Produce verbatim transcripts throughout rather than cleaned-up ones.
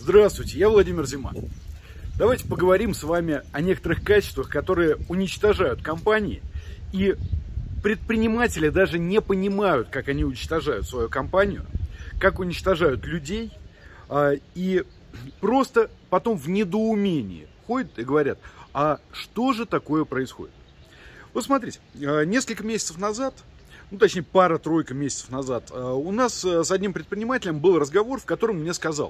Здравствуйте, я Владимир Зима. Давайте поговорим с вами о некоторых качествах, которые уничтожают компании, и предприниматели даже не понимают, как они уничтожают свою компанию, как уничтожают людей, и просто потом в недоумении ходят и говорят, а что же такое происходит? Вот смотрите, несколько месяцев назад, ну точнее пара-тройка месяцев назад, у нас с одним предпринимателем был разговор, в котором мне сказал: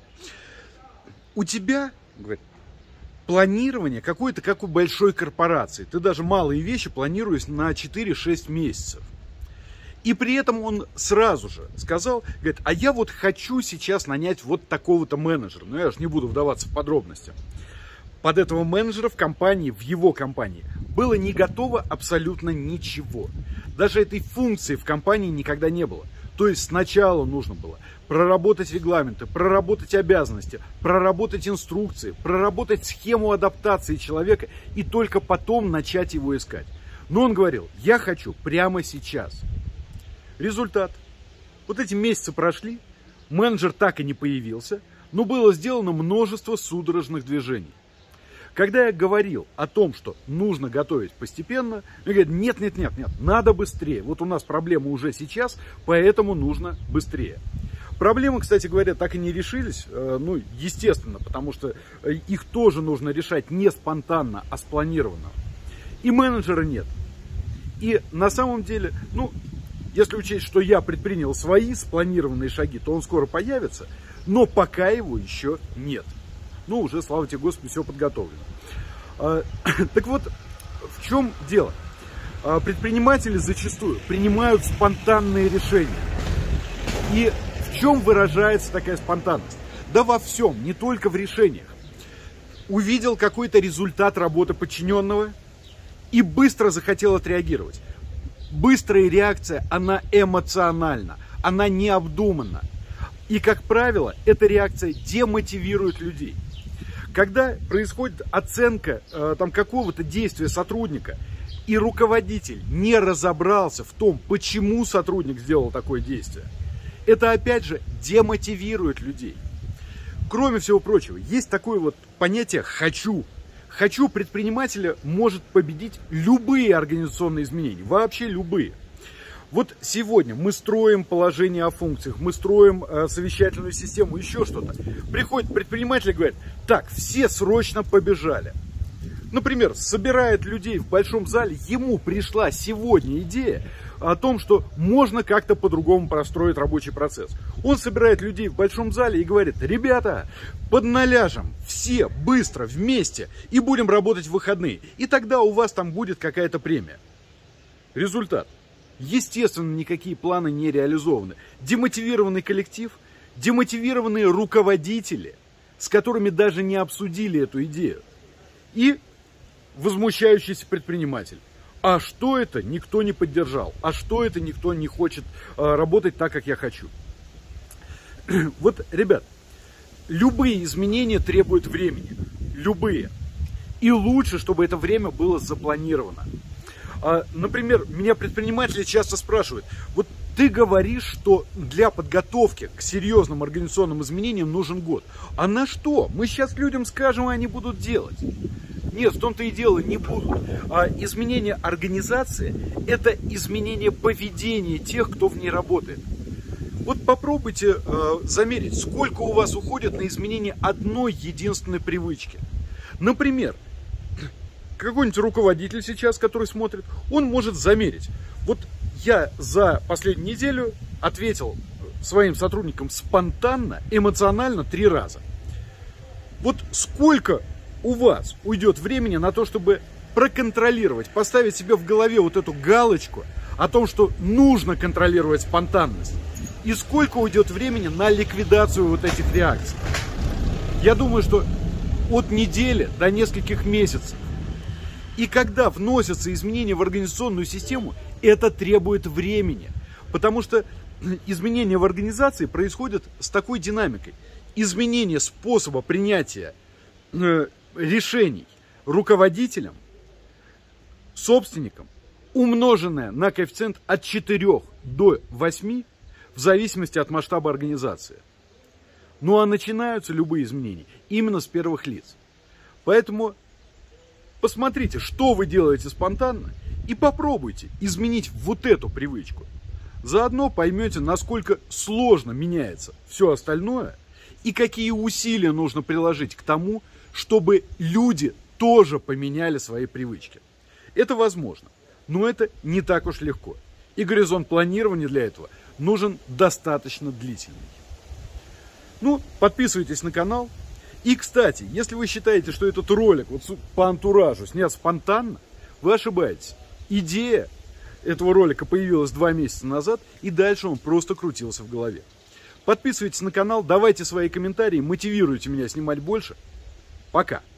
у тебя, говорит, планирование какое-то, как у большой корпорации. Ты даже малые вещи планируешь на четыре-шесть месяцев. И при этом он сразу же сказал, говорит, а я вот хочу сейчас нанять вот такого-то менеджера. Но я же не буду вдаваться в подробности. Под этого менеджера в компании, в его компании, было не готово абсолютно ничего. Даже этой функции в компании никогда не было. То есть сначала нужно было проработать регламенты, проработать обязанности, проработать инструкции, проработать схему адаптации человека и только потом начать его искать. Но он говорил, я хочу прямо сейчас. Результат. Вот эти месяцы прошли, менеджер так и не появился, но было сделано множество судорожных движений. Когда я говорил о том, что нужно готовить постепенно, мне говорят, нет, нет, нет, нет, надо быстрее. Вот у нас проблема уже сейчас, поэтому нужно быстрее. Проблемы, кстати говоря, так и не решились, ну, естественно, потому что их тоже нужно решать не спонтанно, а спланированно. И менеджера нет. И на самом деле, ну, если учесть, что я предпринял свои спланированные шаги, то он скоро появится, но пока его еще нет. Ну, уже, слава тебе, Господи, все подготовлено. Так вот, в чем дело? Предприниматели зачастую принимают спонтанные решения. И в чем выражается такая спонтанность? Да во всем, не только в решениях. Увидел какой-то результат работы подчиненного и быстро захотел отреагировать. Быстрая реакция, она эмоциональна, она необдуманна. И, как правило, эта реакция демотивирует людей. Когда происходит оценка э, там, какого-то действия сотрудника, и руководитель не разобрался в том, почему сотрудник сделал такое действие, это опять же демотивирует людей. Кроме всего прочего, есть такое вот понятие «хочу». «Хочу» предпринимателя может победить любые организационные изменения, вообще любые. Вот сегодня мы строим положение о функциях, мы строим э, совещательную систему, еще что-то. Приходит предприниматель и говорит, так, все срочно побежали. Например, собирает людей в большом зале, ему пришла сегодня идея о том, что можно как-то по-другому простроить рабочий процесс. Он собирает людей в большом зале и говорит, ребята, подналяжем все быстро вместе и будем работать в выходные. И тогда у вас там будет какая-то премия. Результат. Естественно, никакие планы не реализованы. Демотивированный коллектив, демотивированные руководители, с которыми даже не обсудили эту идею. И возмущающийся предприниматель. А что это никто не поддержал? А что это никто не хочет а, работать так, как я хочу? Вот, ребят, любые изменения требуют времени. Любые. И лучше, чтобы это время было запланировано. Например, меня предприниматели часто спрашивают, вот ты говоришь, что для подготовки к серьезным организационным изменениям нужен год. А на что? Мы сейчас людям скажем, и они будут делать. Нет, в том-то и дело, не будут. А изменение организации – это изменение поведения тех, кто в ней работает. Вот попробуйте э, замерить, сколько у вас уходит на изменение одной единственной привычки. Например, какой-нибудь руководитель сейчас, который смотрит, он может замерить. Вот я за последнюю неделю ответил своим сотрудникам спонтанно, эмоционально три раза. Вот сколько у вас уйдет времени на то, чтобы проконтролировать, поставить себе в голове вот эту галочку о том, что нужно контролировать спонтанность. И сколько уйдет времени на ликвидацию вот этих реакций. Я думаю, что от недели до нескольких месяцев. И когда вносятся изменения в организационную систему, это требует времени. Потому что изменения в организации происходят с такой динамикой. Изменение способа принятия э, решений руководителем, собственником, умноженное на коэффициент от четырёх до восьми в зависимости от масштаба организации. Ну а начинаются любые изменения именно с первых лиц. Поэтому посмотрите, что вы делаете спонтанно, и попробуйте изменить вот эту привычку. Заодно поймете, насколько сложно меняется все остальное, и какие усилия нужно приложить к тому, чтобы люди тоже поменяли свои привычки. Это возможно, но это не так уж легко. И горизонт планирования для этого нужен достаточно длительный. Ну, подписывайтесь на канал. И, кстати, если вы считаете, что этот ролик вот по антуражу снят спонтанно, вы ошибаетесь. Идея этого ролика появилась два месяца назад, и дальше он просто крутился в голове. Подписывайтесь на канал, давайте свои комментарии, мотивируйте меня снимать больше. Пока!